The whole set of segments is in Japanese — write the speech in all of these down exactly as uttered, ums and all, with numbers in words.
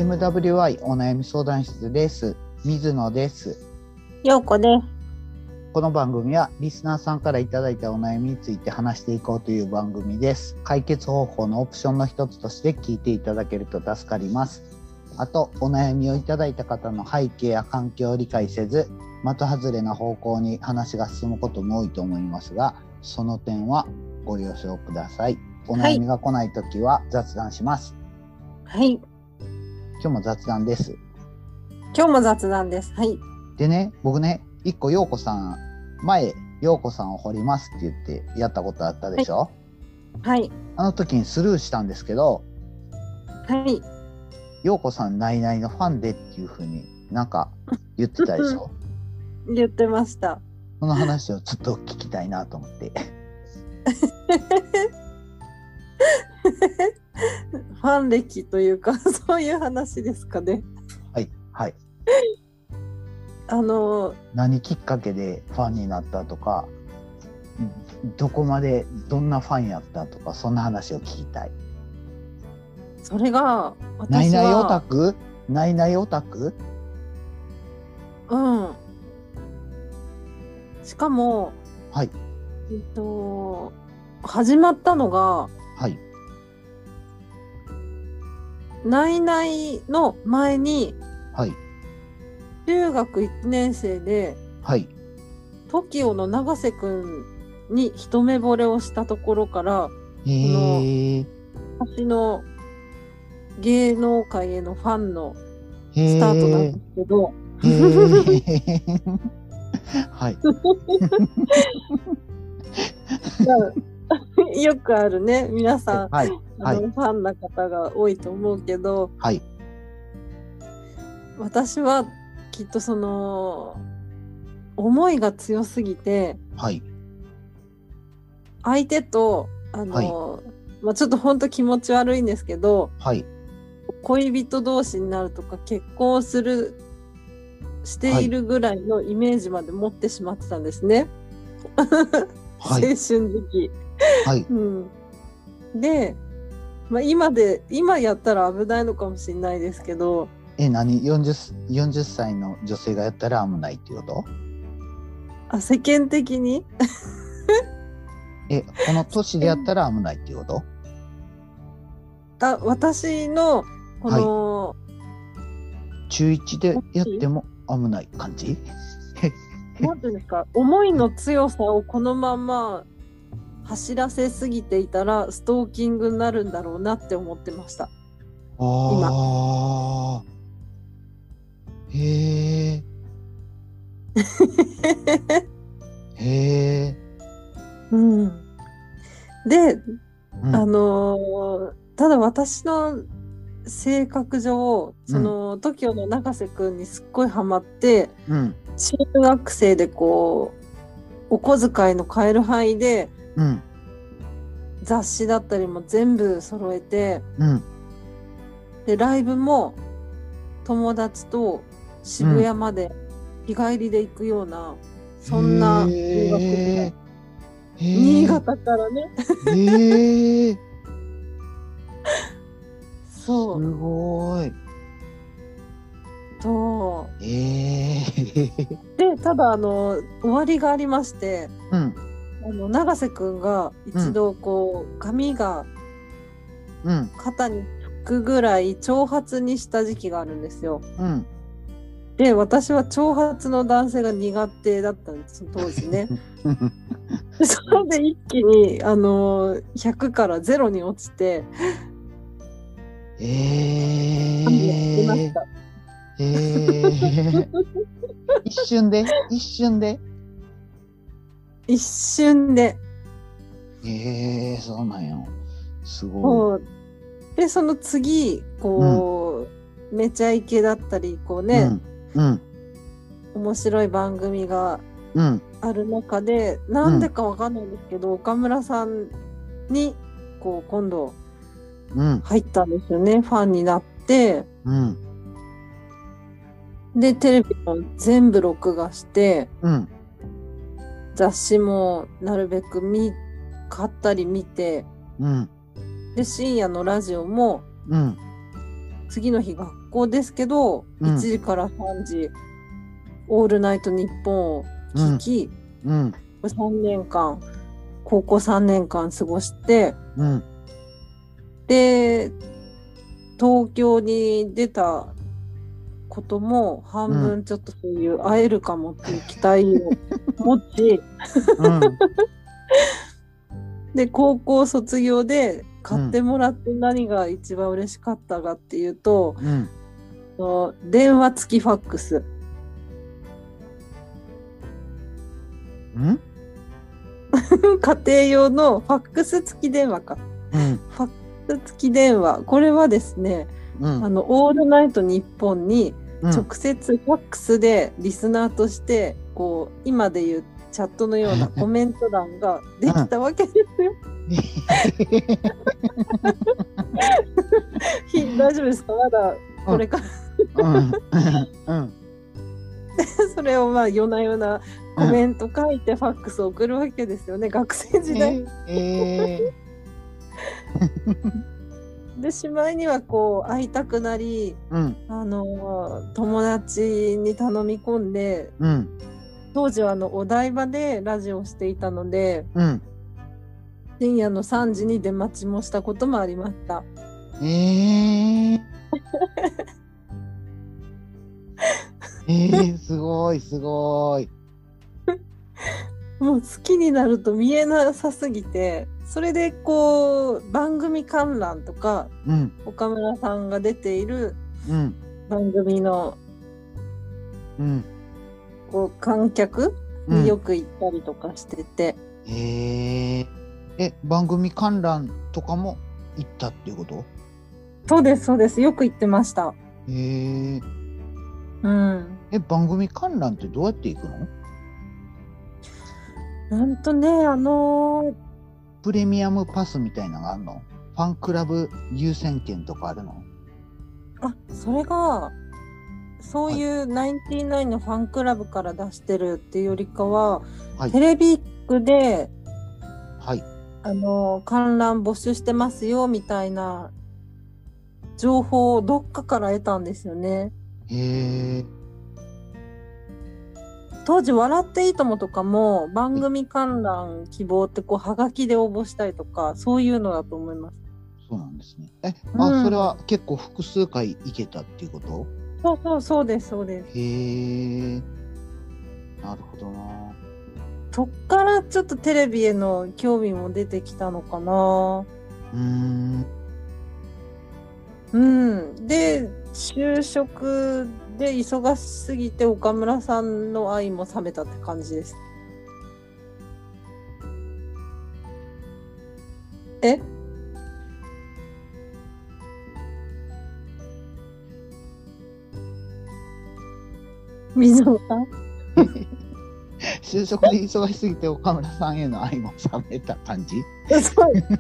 エムダブリューアイ お悩み相談室です。水野です。 ようこです。 この番組はリスナーさんからいただいたお悩みについて話していこうという番組です。解決方法のオプションの一つとして聞いていただけると助かります。あと、お悩みをいただいた方の背景や環境を理解せず、的外れな方向に話が進むことも多いと思いますが、その点はご了承ください。お悩みが来ないときは雑談します。 はい。 今日も雑談です。 今日も雑談です。はい。 でね、僕ね、一個陽子さん、前、陽子さんを掘りますって言ってやったことあったでしょ？ はい。 あの時にスルーしたんですけど、 はい。 陽子さんナイナイのファンでっていう風になんか言ってたでしょ？ 言ってました。 その話をちょっと聞きたいなと思って。 ファン歴というかそういう話ですかね。 はいはい。 あの何きっかけでファンになったとか、どこまでどんなファンやったとか、そんな話を聞きたい。 それが私はナイナイオタク？ナイナイオタク？ うん。しかも、 はい。 えっと始まったのがはい。 ナイナイの前にはい。 中学いちねん生ではい。 トキオの永瀬くんに一目惚れをしたところからへー。 私の芸能界へのファンのへー。 スタートなんですけど、 へー。はい。 よくあるね、皆さん、 はい。はい。 あのファンな方が多いと思うけど、 はい。 私はきっとその思いが強すぎて、 はい。 相手とあの、まあ、ちょっと本当気持ち悪いんですけど、 はい。 恋人同士になるとか結婚するしているぐらいのイメージまで持ってしまってたんですね。 はい。 青春時期。 はい。 うん、で、まあ、今で今やったら危ないのかもしれないですけど、 え、何 よんじゅう, よんじゅっさいの女性がやったら危ないっていうこと？ あ、世間的にえ、この年でやったら危ないっていうこと？ だ私のこの、 はい、中いちでやっても危ない感じ？ なんていうんですか、思いの強さをこのまま走らせすぎていたらストーキングになるんだろうなって思ってました。 ああ、へえ。へえ。 うん、で、 うん、 あのー、ただ私の性格上、その トキオの永瀬くんにすっごいハマって、 うん、 中学生でこうお小遣いの買える範囲で、 うん、 雑誌だったりも全部揃えて、 うん、 でライブも友達と渋谷まで日帰りで行くような、そんな留学で、新潟からね。 へえ。 そう。 すごい。 と、 えー、 でただあの終わりがありまして、 うん、 あの永瀬くんが一度こう、うん、髪が肩につくぐらい長髪にした時期があるんですよ。 うん、 で私は長髪の男性が苦手だったんです当時ね。それで一気にあのひゃくからゼロに落ちて、 えー、 出ました。 えー、一瞬で一瞬で一瞬で。 えー、そうなんよ。すごい。 でその次こう、うん、めちゃイケだったりこうね、 うんうん、 面白い番組がある中で、うん、なんでかわかんないんですけど、岡村さんにこう今度入ったんですよね、うん、ファンになって、うん、でテレビも全部録画して、うん、雑誌もなるべく見買ったり見て、うん、で深夜のラジオも、うん、次の日学校ですけど、うん、いちじからさんじオールナイトニッポンを聞き、うんうん、さんねんかん高校さんねんかん過ごして、うん、で東京に出たことも半分ちょっとそういう会えるかもっていう期待を持ち、うん、で高校卒業で買ってもらって何が一番嬉しかったかっていうと、うん、電話付きファックス。 ん家庭用のファックス付き電話か、うん、ファックス付き電話、これはですね、うん、あのオールナイトニッポンに直接ファックスでリスナーとしてこう今でいうチャットのようなコメント欄ができたわけですよ。大丈夫ですか？まだこれから、うんうんうん、それをまあ夜な夜なコメント書いてファックスを送るわけですよね、学生時代。えー、でしまいにはこう会いたくなり、うん、あの友達に頼み込んで、うん、当時はあのお台場でラジオをしていたので、うん、深夜のさんじに出待ちもしたこともありました。えーえー、すごいすごい。 もう好きになると見えなさすぎて、それでこう番組観覧とか、うん、岡村さんが出ている番組の、うん、こう観客によく行ったりとかしてて、 うん、えー、え番組観覧とかも行ったっていうこと？ そうですそうです、よく行ってました。 えー、うん、え番組観覧ってどうやって行くの？ なんとね、あのー、 プレミアムパスみたいなのがあるの？ファンクラブ優先券とかあるの？ あ、それがそういうナインティナインのファンクラブから出してるっていうよりかは、はい、テレビ局で、はい、あのー、観覧募集してますよみたいな情報をどっかから得たんですよね。へー。当時笑っていいともとかも番組観覧希望ってこうはがきで応募したりとか、そういうのだと思います。 そうなんですね。え、あ、うん、それは結構複数回行けたっていうこと？ そうそうそうですそうです。 へー、なるほどな。 そっからちょっとテレビへの興味も出てきたのかな。うーん。うん、で就職で忙しすぎて岡村さんの愛も冷めたって感じです。え？水野さん？ 就職で忙しすぎて岡村さんへの愛も冷めた感じ？ そうそうです。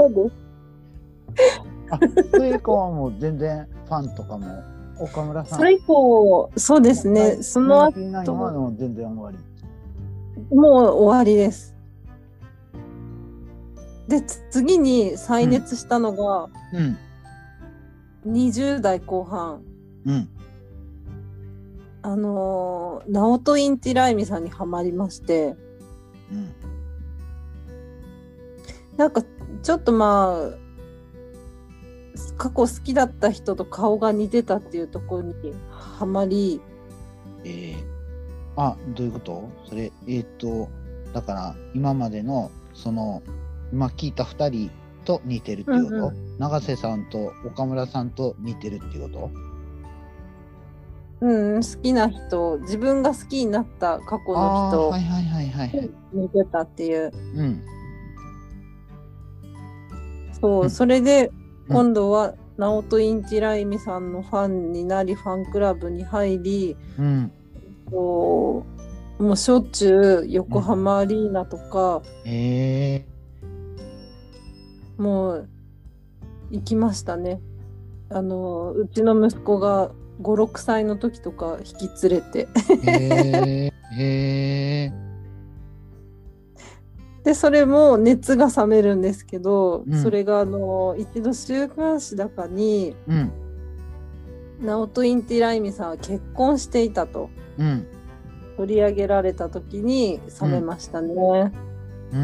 あ、それ以降はもう全然ファンとかも岡村さん。 それ以降、そうですね。その後も全然終わり。 もう終わりです。で、次に再熱したのが、うんうん、にじゅう代後半。うん、あのー、ナオト・インティライミさんにハマりまして、うん、なんかちょっとまあ過去好きだった人と顔が似てたっていうところにハマり、 えー、あ、どういうこと？それえー、っとだから今までのその今聞いたふたりと似てるっていうこと？うんうん、永瀬さんと岡村さんと似てるっていうこと？ うん、好きな人、自分が好きになった過去の人、はいはいはいはい、似てたっていう。うん、そう、うん、それで今度はナオト・インティライミさんのファンになり、ファンクラブに入り、うん、こうもうしょっちゅう横浜アリーナとか、うん、えー、もう行きましたね。あのうちの息子がご、ろくさいの時とか引き連れてへーへー。でそれも熱が冷めるんですけど、うん、それがあの一度週刊誌だかに、うん、 ナオト・インティライミさんは結婚していたと、うん、取り上げられた時に冷めましたね。うん、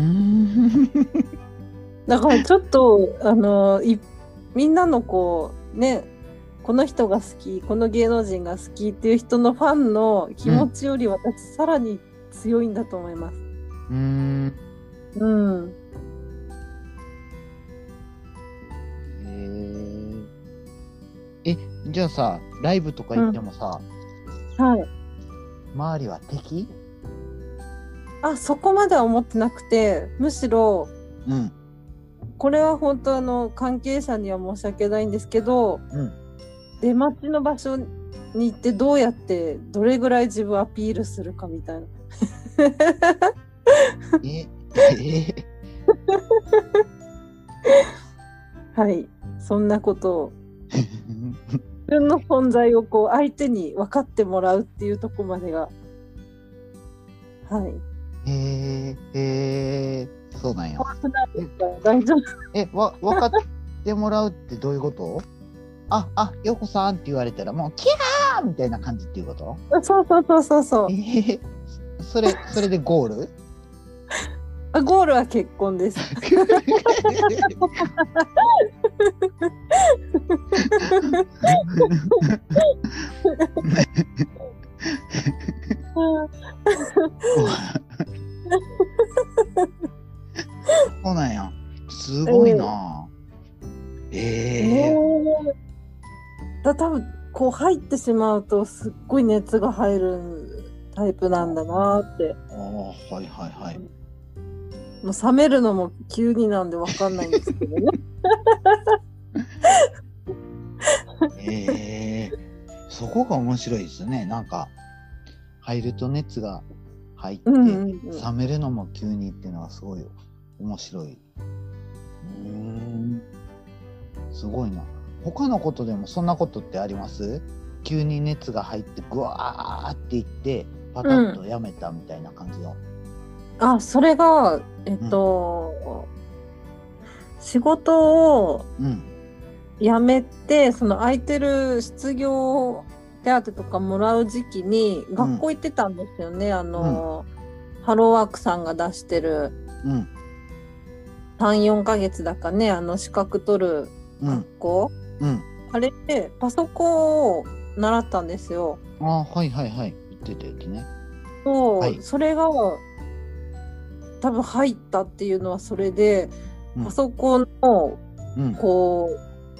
だからちょっとあのいみんなのこうね、この人が好き、この芸能人が好きっていう人のファンの気持ちより私、うん、さらに強いんだと思います。うーん。うん。 へえ。え、じゃあさ、ライブとか行ってもさ、うん、はい。周りは敵？ あ、そこまでは思ってなくて、むしろ、うん、これは本当あの関係者には申し訳ないんですけど、うん、出待ちの場所に行ってどうやってどれぐらい自分アピールするかみたいな。ええはい、そんなことを自分の存在をこう相手に分かってもらうっていうところまでが、はい。 へえへえ、そうなんや。大丈夫？え、わ分かってもらうってどういうこと？ああ、よこさんって言われたらもうキャーみたいな感じっていうこと？ そうそうそうそうそう。えー、それそれでゴール？ あ、ゴールは結婚です。 そうなんや。すごいな。えー、えー、 だ多分こう入ってしまうとすっごい熱が入るタイプなんだなって。 ああ、はいはいはい。 もう冷めるのも急になんで分かんないんですけどね。 えー、そこが面白いですね。なんか入ると熱が入って、うんうんうん、冷めるのも急にっていうのはすごい面白い。うーん、すごいな。他のことでもそんなことってあります？急に熱が入ってグワーっていってパタッとやめたみたいな感じの。 うん、あ、それがえっと、うん、仕事を辞めて、うん、その空いてる失業手当とかもらう時期に学校行ってたんですよね。うん、あの、うん、ハローワークさんが出してる、うん、さん、よんかげつだかね、あの資格取る学校、うんうん、あれでパソコンを習ったんですよ。 あ、はいはいはい、言ってたやつね。 そう、はい、それが多分入ったっていうのはそれで、うん、パソコンのこ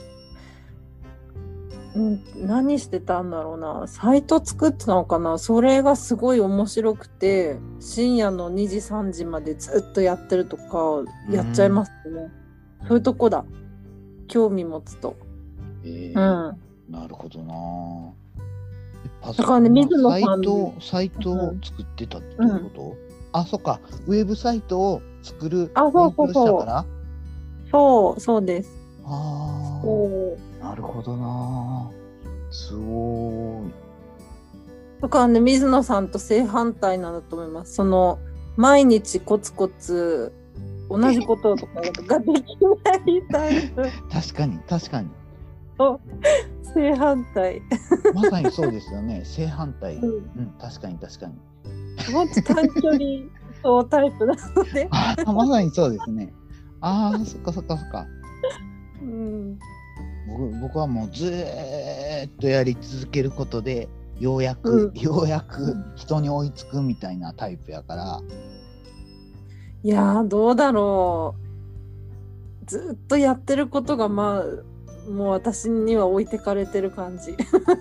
う、うん、何してたんだろうな、サイト作ってたのかな、それがすごい面白くて深夜のにじさんじまでずっとやってるとかやっちゃいますね。そういうとこだ、興味持つと。 えー、うん、なるほどな。パソコンのサイト、サイトを作ってたってどういうこと？うん、あ、そっか、ウェブサイトを作る勉強したから。そう、そうです。 ああ、なるほどな。すごい。 だからね、水野さんと正反対なんだと思います。その毎日コツコツ同じこととかができないタイプ。 確かに確かに。 正反対。 まさにそうですよね。正反対。うん、うん、確かに確かに。 もっと短距離走タイプなので。 あ、まさにそうですね。ああ、そっかそっかそっか。うん、僕, 僕はもうずーっとやり続けることでようやく、うん、ようやく人に追いつくみたいなタイプやから。 いやー、どうだろう。ずっとやってることがまあもう私には置いてかれてる感じ。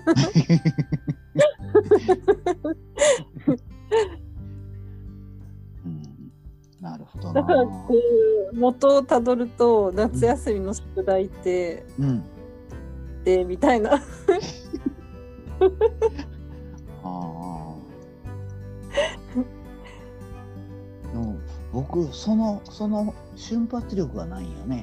うん、なるほどな。 だからこう元をたどると夏休みの宿題って、うん、でみたいな。 あでも僕そのその瞬発力がないよね。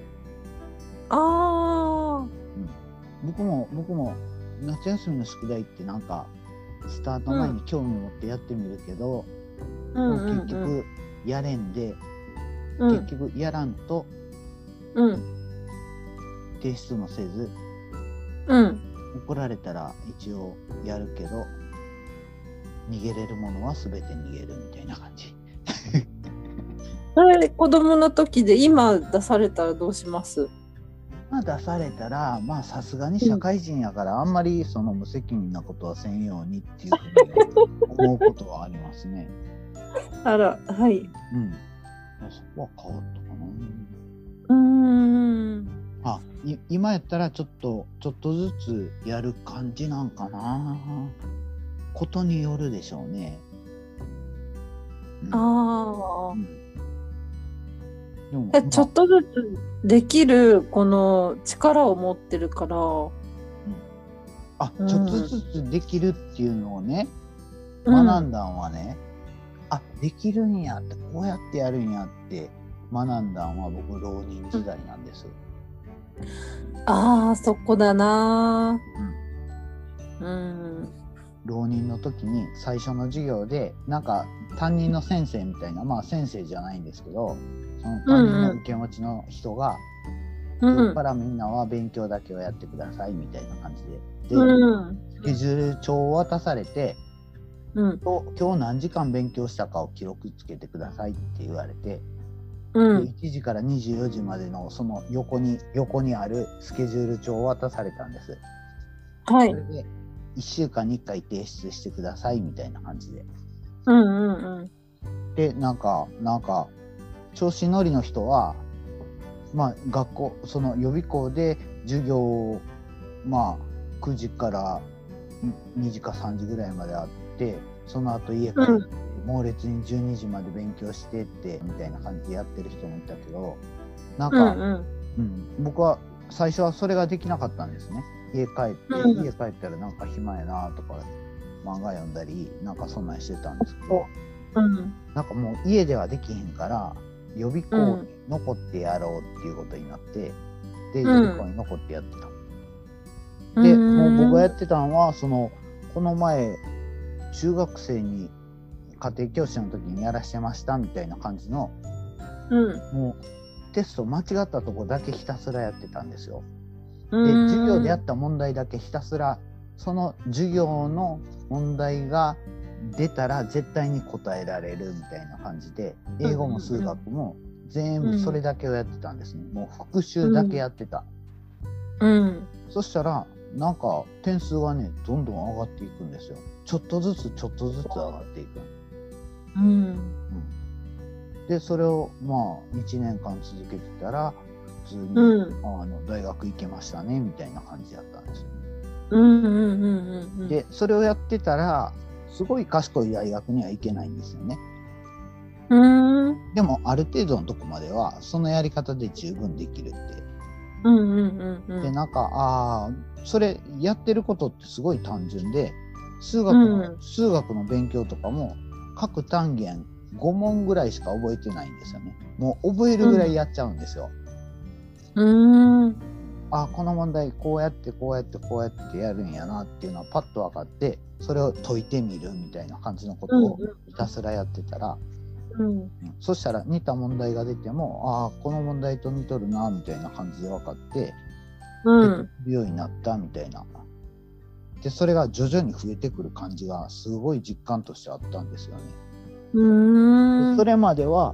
ああ、うん、 僕も僕も夏休みの宿題ってなんかスタート前に興味持ってやってみるけど、うん、結局やれんで、うん、結局やらんと、うん、提出もせず、うん、 怒られたら一応やるけど、逃げれるものは全て逃げるみたいな感じ。 それ子供の時で、今出されたらどうします？ まあ出されたら、まあさすがに社会人やから、あんまりその無責任なことはせんようにっていうふうに思うことはありますね。 あら、はい。 うん。そこは変わったかな。 うーん。 あ、い今やったらちょっとちょっとずつやる感じなんかな。ことによるでしょうね。 うん、ああ。うんでもえ、ちょっとずつできるこの力を持ってるから、うん、 あ、ちょっとずつできるっていうのをね、うん、学んだんはね、あ、できるんやって、こうやってやるんやって学んだんは僕浪人時代なんです。 ああ、そこだな、うん、うん。 浪人の時に最初の授業でなんか担任の先生みたいな、まあ先生じゃないんですけど、その担任の受け持ちの人が、うんうん、今日からみんなは勉強だけをやってくださいみたいな感じで、で、うん、スケジュール帳を渡されて、うん、今日何時間勉強したかを記録つけてくださいって言われて、うん、いちじからにじゅうよじまでのその横に横にあるスケジュール帳を渡されたんです。はい。それでいっしゅうかんにいっかい提出してくださいみたいな感じで。うんうんうん。で、なんかなんか調子乗りの人は、まあ学校その予備校で授業をまあくじからにじかさんじぐらいまであって、その後家帰って、うん、猛烈にじゅうにじまで勉強してってみたいな感じでやってる人もいたけど、なんか、うんうんうん、僕は最初はそれができなかったんですね。家帰って、うん、家帰ったらなんか暇やなとか漫画読んだりなんかそんなんしてたんですけど、うん、なんかもう家ではできへんから予備校に残ってやろうっていうことになって、うん、で予備校に残ってやってた。うん、でもう僕がやってたのはそのこの前中学生に家庭教師の時にやらしてましたみたいな感じの、うん、もうテスト間違ったとこだけひたすらやってたんですよ。で授業でやった問題だけひたすらその授業の問題が出たら絶対に答えられるみたいな感じで、英語も数学も全部それだけをやってたんですね。もう復習だけやってた、うんうん、そしたらなんか点数がねどんどん上がっていくんですよ。ちょっとずつちょっとずつ上がっていく、うんうん、でそれをまあいちねんかん続けてたら普通に、うん、あの大学行けましたねみたいな感じだったんですよね。うんうんうんうん、でそれをやってたらすごい賢い大学には行けないんですよね。うん、でもある程度のとこまではそのやり方で十分できるって、うんうんうんうん、でなんかあそれやってることってすごい単純で、数学の、うん、数学の勉強とかも各単元ごもんぐらいしか覚えてないんですよね。もう覚えるぐらいやっちゃうんですよ。うん、うん、あこの問題こうやってこうやってこうやってやるんやなっていうのはパッと分かって、それを解いてみるみたいな感じのことをひたすらやってたら、うんうん、そしたら似た問題が出てもあこの問題と似とるなみたいな感じで分かって、うん、できるようになったみたいな。でそれが徐々に増えてくる感じがすごい実感としてあったんですよね。うーん、でそれまでは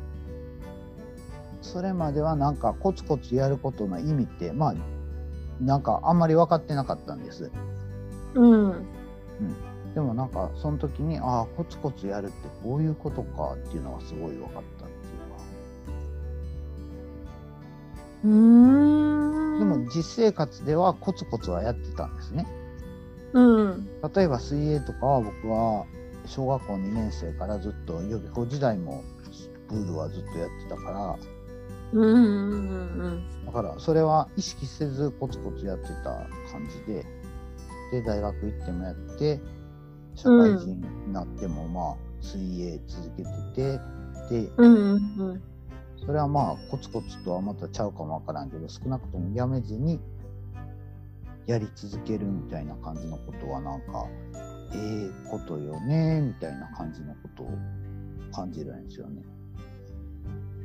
それまではなんかコツコツやることの意味ってまあなんかあんまり分かってなかったんです。うん、うん、でもなんかその時にああコツコツやるってこういうことかっていうのがすごい分かったっていうか。うーん、でも実生活ではコツコツはやってたんですね。うん、例えば水泳とかは僕は小学校にねん生からずっと予備校時代もプールはずっとやってたから、うんうんうんうん、だからそれは意識せずコツコツやってた感じで、で大学行ってもやって社会人になってもまあ水泳続けてて、で、うんうんうん、それはまあコツコツとはまたちゃうかもわからんけど少なくともやめずにやり続けるみたいな感じのことはなんかええことよねみたいな感じのことを感じるんですよね。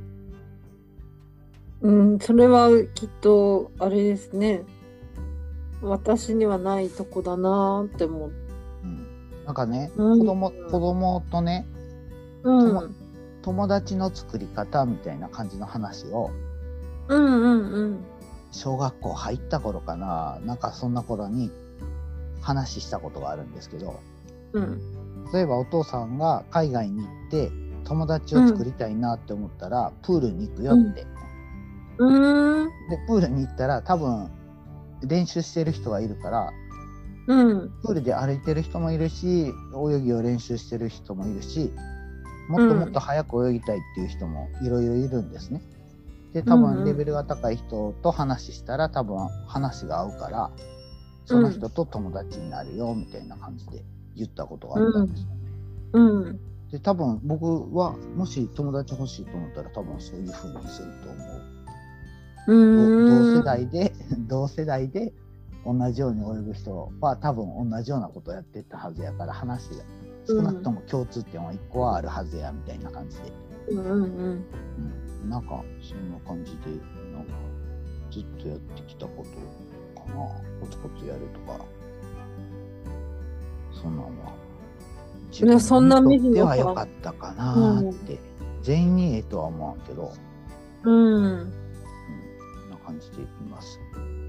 うん、それはきっとあれですね。 私にはないとこだなって思う、 うん、なんかね、 うん、 子供子供とね、 うん、 友達の作り方みたいな感じの話を、 うんうんうん小学校入った頃かな、なんかそんな頃に話したことがあるんですけど、 うん、 例えばお父さんが海外に行って友達を作りたいなって思ったら、うん、プールに行くよって、 うん、 でプールに行ったら多分練習してる人がいるから、 うん、 プールで歩いてる人もいるし、泳ぎを練習してる人もいるし、もっともっと早く泳ぎたいっていう人もいろいろいるんですね。で多分レベルが高い人と話したら多分話が合うからその人と友達になるよみたいな感じで言ったことがあったんですよね。 うんうん、で多分僕はもし友達欲しいと思ったら多分そういう風にすると思う。うん同世代で同世代で同じように泳ぐ人は多分同じようなことをやってたはずやから、話が少なくとも共通点はいっこはあるはずやみたいな感じで、 うんうんうんうん、なんかそんな感じでなんかずっとやってきたことかな。コツコツやるとかそんなんは自分にとっては良かったかなって、うん、全員にええとは思うけど、 うん、うん、 そんな感じでいます。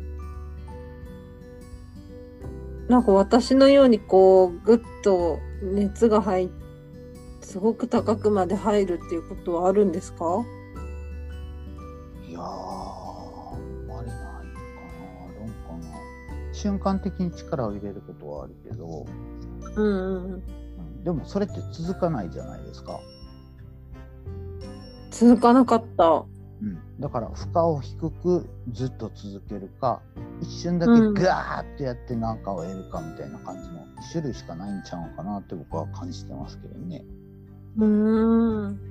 なんか私のようにこうぐっと熱が入ってすごく高くまで入るっていうことはあるんですか？ いやー、あんまりないかな。あるんかな。瞬間的に力を入れることはあるけど、 うんうんうん、 でもそれって続かないじゃないですか。 続かなかった。 うん、だから負荷を低くずっと続けるか、一瞬だけガーッとやって何かを得るかみたいな感じの一種類しかないんちゃうかなって僕は感じてますけどね。 うーん、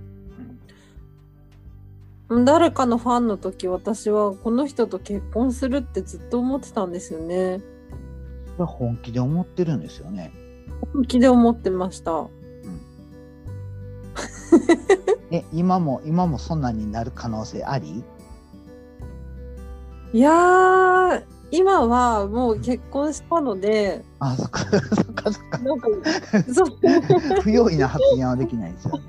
うん、誰かのファンの時、私はこの人と結婚するってずっと思ってたんですよね。 それは本気で思ってるんですよね。 本気で思ってました。うん、 え、今も今もそんなになる可能性あり？ いやー、今はもう結婚したので、 うん、あ、そっかそっかそっか。 なんかそう不用意な発言はできないですよね。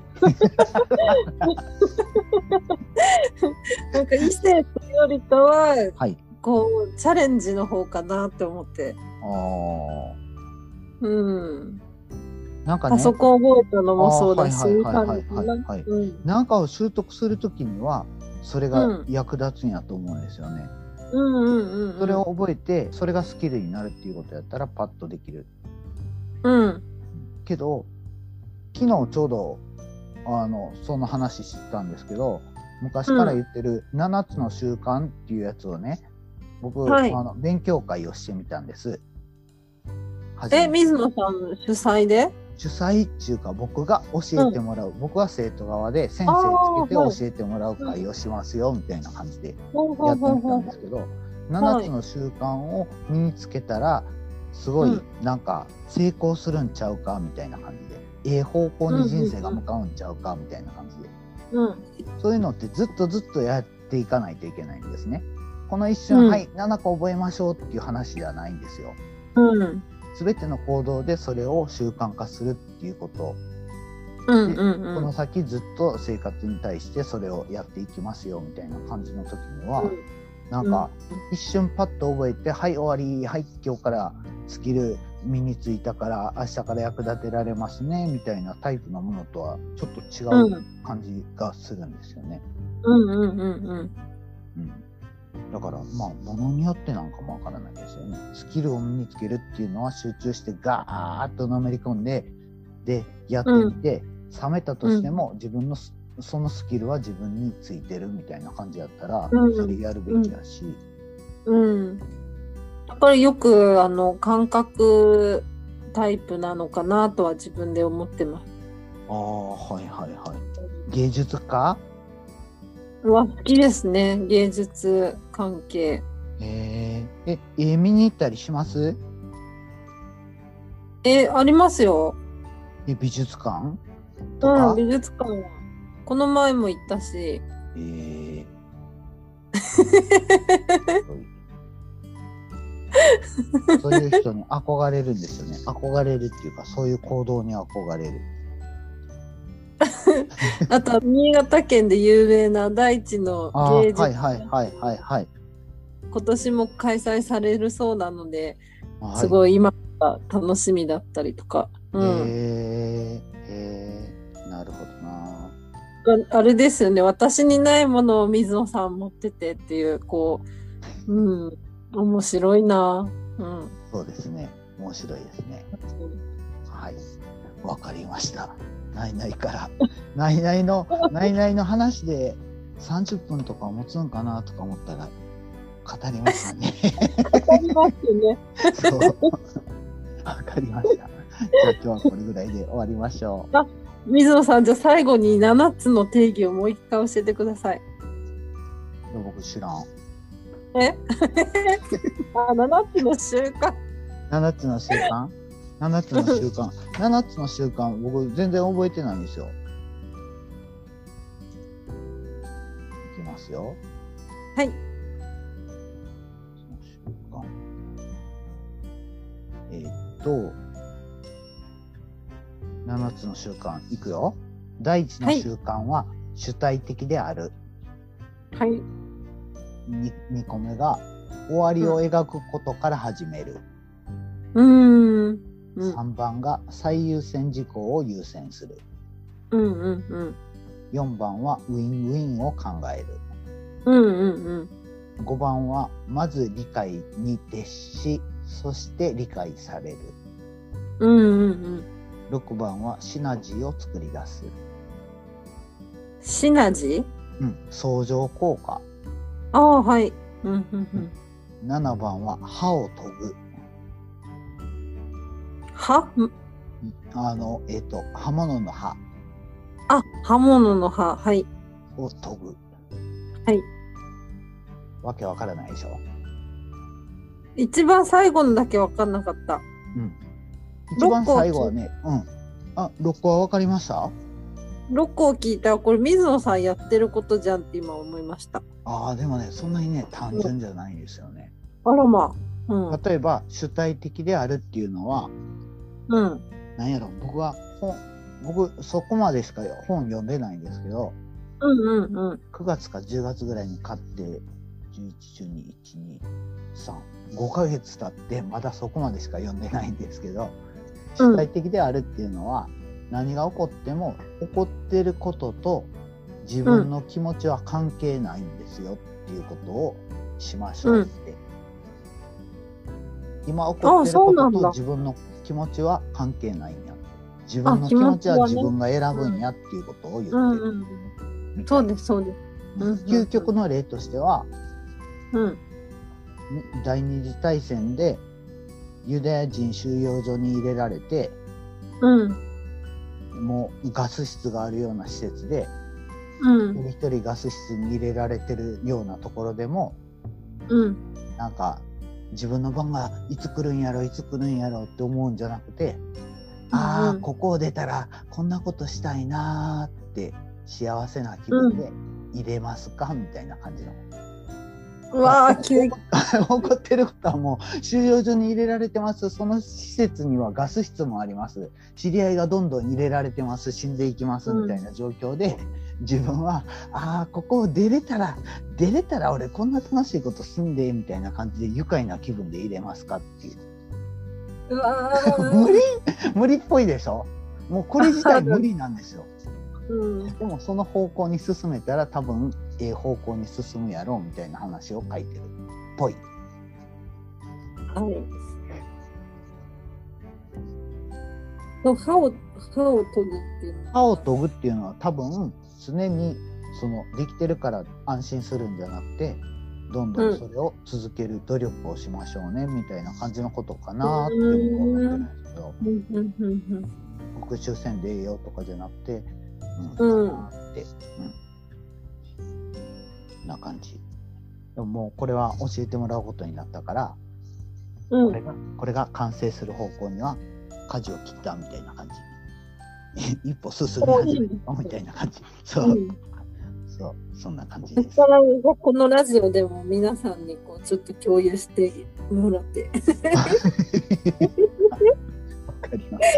なんか異性というよりかは、 はい、 こうチャレンジの方かなって思って。あうん。なんかね、パソコン覚えたのもそうだし、 なんかを習得するときにはそれが役立つんやと思うんですよね。うんうんうんうん、それを覚えてそれがスキルになるっていうことやったらパッとできる。うん。けど昨日ちょうどあのその話知ったんですけど、昔から言ってるななつの習慣っていうやつをね、僕、はい、あの勉強会をしてみたんです。 え、水野さん主催で？ 主催っていうか僕が教えてもらう、うん、僕は生徒側で先生つけて教えてもらう会をしますよみたいな感じでやってみたんですけど、ななつの習慣を身につけたらすごいなんか成功するんちゃうかみたいな感じで、ええ方向に人生が向かうんちゃうかみたいな感じで、うん、そういうのってずっとずっとやっていかないといけないんですね。この一瞬、うん、はいななこ覚えましょうっていう話ではないんですよ。うん、全ての行動でそれを習慣化するっていうこと、うんうんうん、この先ずっと生活に対してそれをやっていきますよみたいな感じの時には、うん、なんか一瞬パッと覚えて、はい終わり、はい今日からスキル身についたから明日から役立てられますねみたいなタイプのものとはちょっと違う感じがするんですよね。うんうんうんうん。うんだからまあ物によってなんかもわからないですよね。スキルを身につけるっていうのは集中してガーッとのめり込んででやってみて、うん、冷めたとしても自分のそのスキルは自分についてるみたいな感じだったら、うん、それやるべきだし、うんうん、 やっぱりよくあの感覚タイプなのかなとは自分で思ってます。 ああはいはいはい。芸術家は好きですね、芸術関係。 えー、え、絵見に行ったりします？ え、ありますよ。 え、美術館とか？うん、美術館はこの前も行ったし。えー、 そういう人に憧れるんですよね。憧れるっていうか、そういう行動に憧れる。 あと新潟県で有名な大地の芸術、 はいはいはいはいはい。 今年も開催されるそうなので、 はい、 すごい今が楽しみだったりとか。 うん、へえへえ、なるほどな。 あれですよね、私にないものを水野さん持っててっていう、こう、うん、面白いな。うん、 そうですね、面白いですね。はい、わかりました。ないないからないないのないないの話でさんじゅっぷんとか持つんかなとか思ったら語りましたね。 語りますね。 そう、わかりました。じゃあ今日はこれぐらいで終わりましょう。 あ、水野さん、じゃあ最後にななつの定義をもう一回教えてください。 僕知らん。 えあ、ななつの習慣。 ななつの習慣ななつの習慣ななつの習慣、僕全然覚えてないんですよ。いきますよ。 はい。 習慣えー、っとななつの習慣いくよ。第一の習慣は主体的である。 はい。 に, にこめが終わりを描くことから始める。 うん。うんさんばんが最優先事項を優先する。 うんうんうん。 よんばんはウィンウィンを考える。 うんうんうん。 ごばんはまず理解に徹し、そして理解される。 うんうんうん。 ろくばんはシナジーを作り出す。 シナジー？ うん、相乗効果。 ああ、はい。うんうんうん。 ななばんは歯を研ぐ。 歯？ あの、えっと、刃物の刃。 あ、刃物の刃。はい。 を研ぐ。 はい。 わけわからないでしょ。 一番最後のだけわかんなかった。 うん。一番最後はね、うん。あ、ろっこはわかりました？ ろっこを聞いたら、これ水野さんやってることじゃんって今思いました。 ああ、でもね、そんなにね、単純じゃないんですよね。 あらまあ。うん、 例えば、主体的であるっていうのは、 うん。 なんやろ、僕は本、僕、そこまでしか本読んでないんですけど、 うんうんうん。 くがつかじゅうがつぐらいに買って、じゅういち、じゅうに、いち、に、さん、ごかげつ経ってまだそこまでしか読んでないんですけど、主体的であるっていうのは、うん、何が起こっても起こってることと自分の気持ちは関係ないんですよっていうことをしましょうって、うん、今起こってることと自分の気持ちは関係ないんや、自分の気持ちは自分が選ぶんやっていうことを言ってる、うんうんうん、そうですそうです、 うん、究極の例としては、 うん、 第二次大戦でユダヤ人収容所に入れられて、 うん、 もうガス室があるような施設で、 うん、 一人一人ガス室に入れられてるようなところでも、 うん、 なんか自分の番がいつ来るんやろいつ来るんやろって思うんじゃなくて、うん、ああここを出たらこんなことしたいなーって幸せな気分で入れますか、うん、みたいな感じの。 うわー急に起こってることはもう収容所に入れられてます。その施設にはガス室もあります。知り合いがどんどん入れられてます。死んでいきますみたいな状況で、うん、自分はああここを出れたら出れたら俺こんな楽しいことすんでみたいな感じで愉快な気分で入れますかっていう。 うわ無理無理っぽいでしょ。もうこれ自体無理なんですよ。うん、でもその方向に進めたら多分ええ方向に進むやろうみたいな話を書いてるっぽい。 はい。歯を歯を研ぐっていうのは。 歯を研ぐっていうのは多分常にそのできてるから安心するんじゃなくて、どんどんそれを続ける努力をしましょうね、うん、みたいな感じのことかなって僕は思ってるんですけど、復習せんでええよとかじゃなくて、うん、うん、って、うん、な感じ。でももうこれは教えてもらうことになったから、うん、これがこれが完成する方向には舵を切ったみたいな感じ。一歩進み始めたみたいな感じ。そう、うん、そうそんな感じです。 このラジオでも皆さんにこうちょっと共有してもらって。 わかります。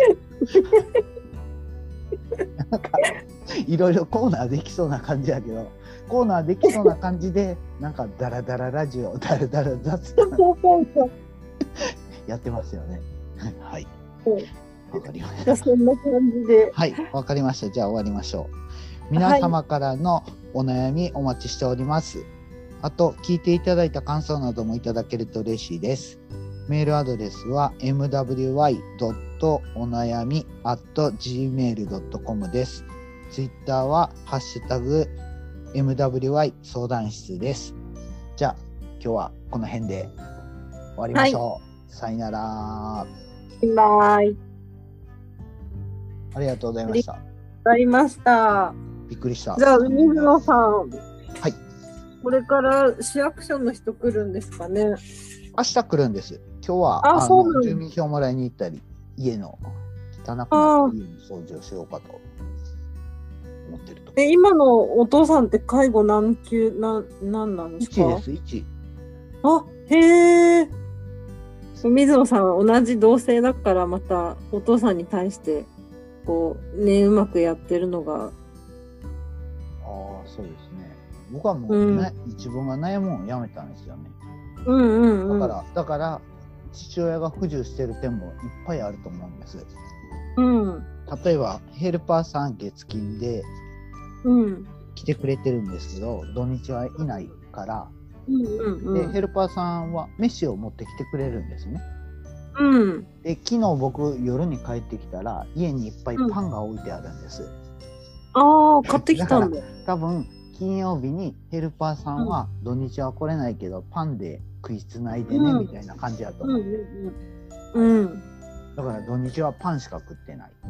なんかいろいろコーナーできそうな感じやけど、コーナーできそうな感じでなんかダラダララジオ、ダラダラ雑談やってますよね。はい。わかりました。 そんな感じで。 はい、わかりました。じゃあ終わりましょう。皆様からのお悩みお待ちしております。はい、あと聞いていただいた感想などもいただけると嬉しいです。メールアドレスは エムダブリューワイドットおなやみアットジーメールドットコム です。ツイッターはハッシュタグ エムダブリューワイ 相談室です。じゃあ今日はこの辺で終わりましょう。はい、さよなら。 バイ。 ありがとうございました。 ありがとうございました。 びっくりした。 じゃあ水野さん。 はい。 これから市役所の人来るんですかね。 明日来るんです。今日はああの住民票もらいに行ったり、家の汚くなった家の掃除をしようかと思ってると。 え、今のお父さんって介護何級な何なんですか？ いちです。いち。 あ、へえ。水野さん同じ同性だからまたお父さんに対してこうねうまくやってるのが。 ああ、そうですね。僕はもう、ね、うん、自分が悩むのをやめたんですよね。 うんうんうん、 だからだから父親が不自由してる点もいっぱいあると思うんです。 うん、 例えばヘルパーさん月金で来てくれてるんですけど、土日はいないから、 うんうんうん、 でヘルパーさんは飯を持ってきてくれるんですね。 うん、 で昨日僕夜に帰ってきたら家にいっぱいパンが置いてあるんです。うん、 ああ、買ってきたんだ。 だ多分金曜日にヘルパーさんは土日は来れないけど、うん、パンで食いつないでね、うん、みたいな感じだと思う、うんうんうん、だから土日はパンしか食ってない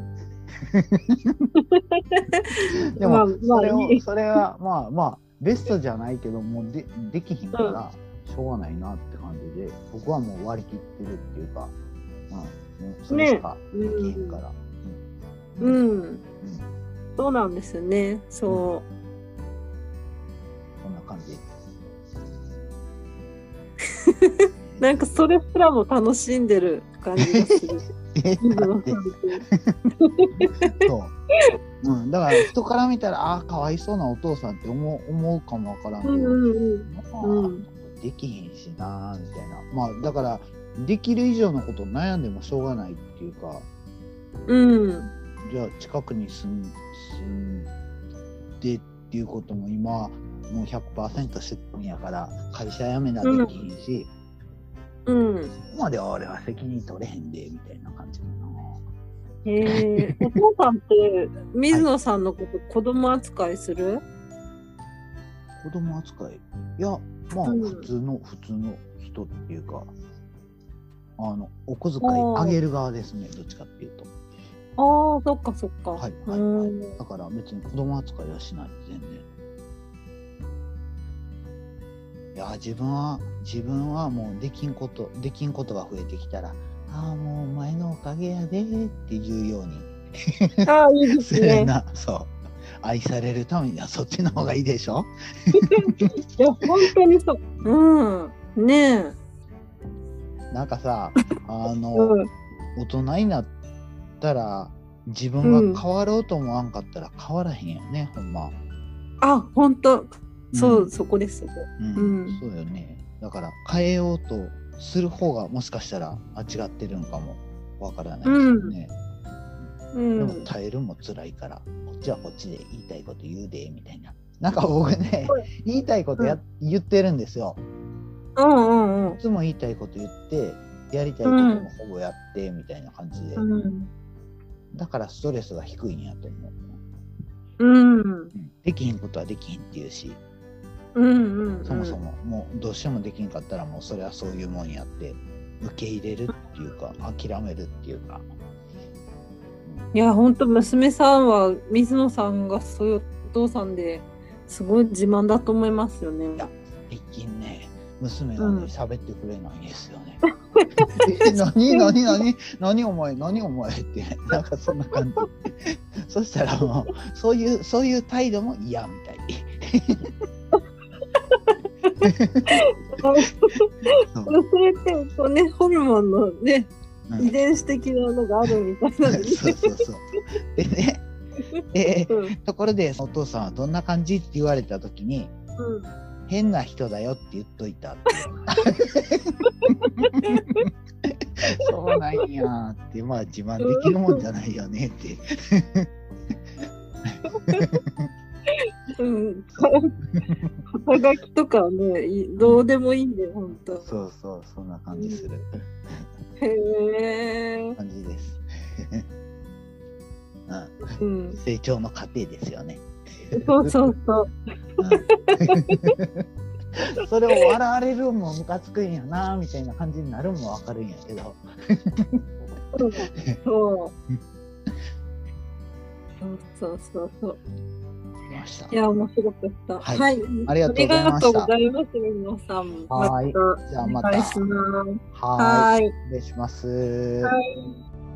でもそれを、まあ、それはまあまあベストじゃないけどもう で, できひんからしょうがないなって感じで、僕はもう割り切ってるっていうか、まあ、もうそれしかできひんから、ね、 うん、うんうん、そうなんですね。そう、うん、 こんな感じなんかそれすらも楽しんでる感じがするそう、うん、だから人から見たらああかわいそうなお父さんって思う、思うかもわからんけど、うんうんうん、できひんしなみたいな、まあだからできる以上のこと悩んでもしょうがないっていうか、 うん、 じゃあ近くに住ん、住んでっていうことも今もう ひゃくパーセント 出勤やから会社辞めなできひんし、うん、そこまでは俺は責任取れへんでみたいな感じかな。 へえ、お父さんって水野さんのこと子供扱いする？はい、 子供扱い？いや、まあ普通の、うん、普通の人っていうか、あのお小遣いあげる側ですね、どっちかっていうと。 ああ、そっかそっか。 はいはいはい。だから別に子供扱いはしない、全然。いや自分は自分はもうできんことできんことが増えてきたら、ああもうお前のおかげやでっていうようにああいいですねな、そう愛されるためにはそっちの方がいいでしょいや本当にそう、うんねえ、 なんかさあの、うん、大人になったら自分が変わろうと思わんかったら変わらへんよね、うん、ほんま。 あ本当そう、うん、そこです、 うんうん、そうよね。だから変えようとする方がもしかしたら間違ってるんかもわからないですね、うん、でも耐えるも辛いからこっちはこっちで言いたいこと言うでみたいな、なんか僕ね言いたいことや、うん、言ってるんですよ、うんうんうん、いつも言いたいこと言ってやりたいこともほぼやってみたいな感じで、うん、だからストレスが低いんやと思う、うんうん、できひんことはできひんっていうし、うんうんうん、そもそももうどうしてもできんかったらもうそれはそういうもんやって受け入れるっていうか諦めるっていうか、 うん、いや本当娘さんは水野さんがそういうお父さんですごい自慢だと思いますよね。いや最近ね娘がね喋、うん、ってくれないんですよね何何何何お前何お前ってなんかそんな感じそしたらもうそういうそういう態度も嫌みたいそれってこうね、ホルモンのね、うん、遺伝子的なのがあるみたいな、ね、 そうそうそう。でね、えーうん、ところでお父さんはどんな感じって言われた時に、うん、変な人だよって言っといたって。そうなんやって、まあ自慢できるもんじゃないよねって。 うん、肩書きとかね、どうでもいいんだよ、本当。 そうそう、そんな感じする。 へえ。 感じです。うん、成長の過程ですよね。 そうそうそう。 それを笑われるもムカつくんやなみたいな感じになるもわかるんやけど。 そうそうそうそうそう。いや、面白かった。 はい、はい、ありがとうございました。 ありがとうございます、皆さん。 はい、じゃあまた。 お願いします。 はい、失礼します。 はい。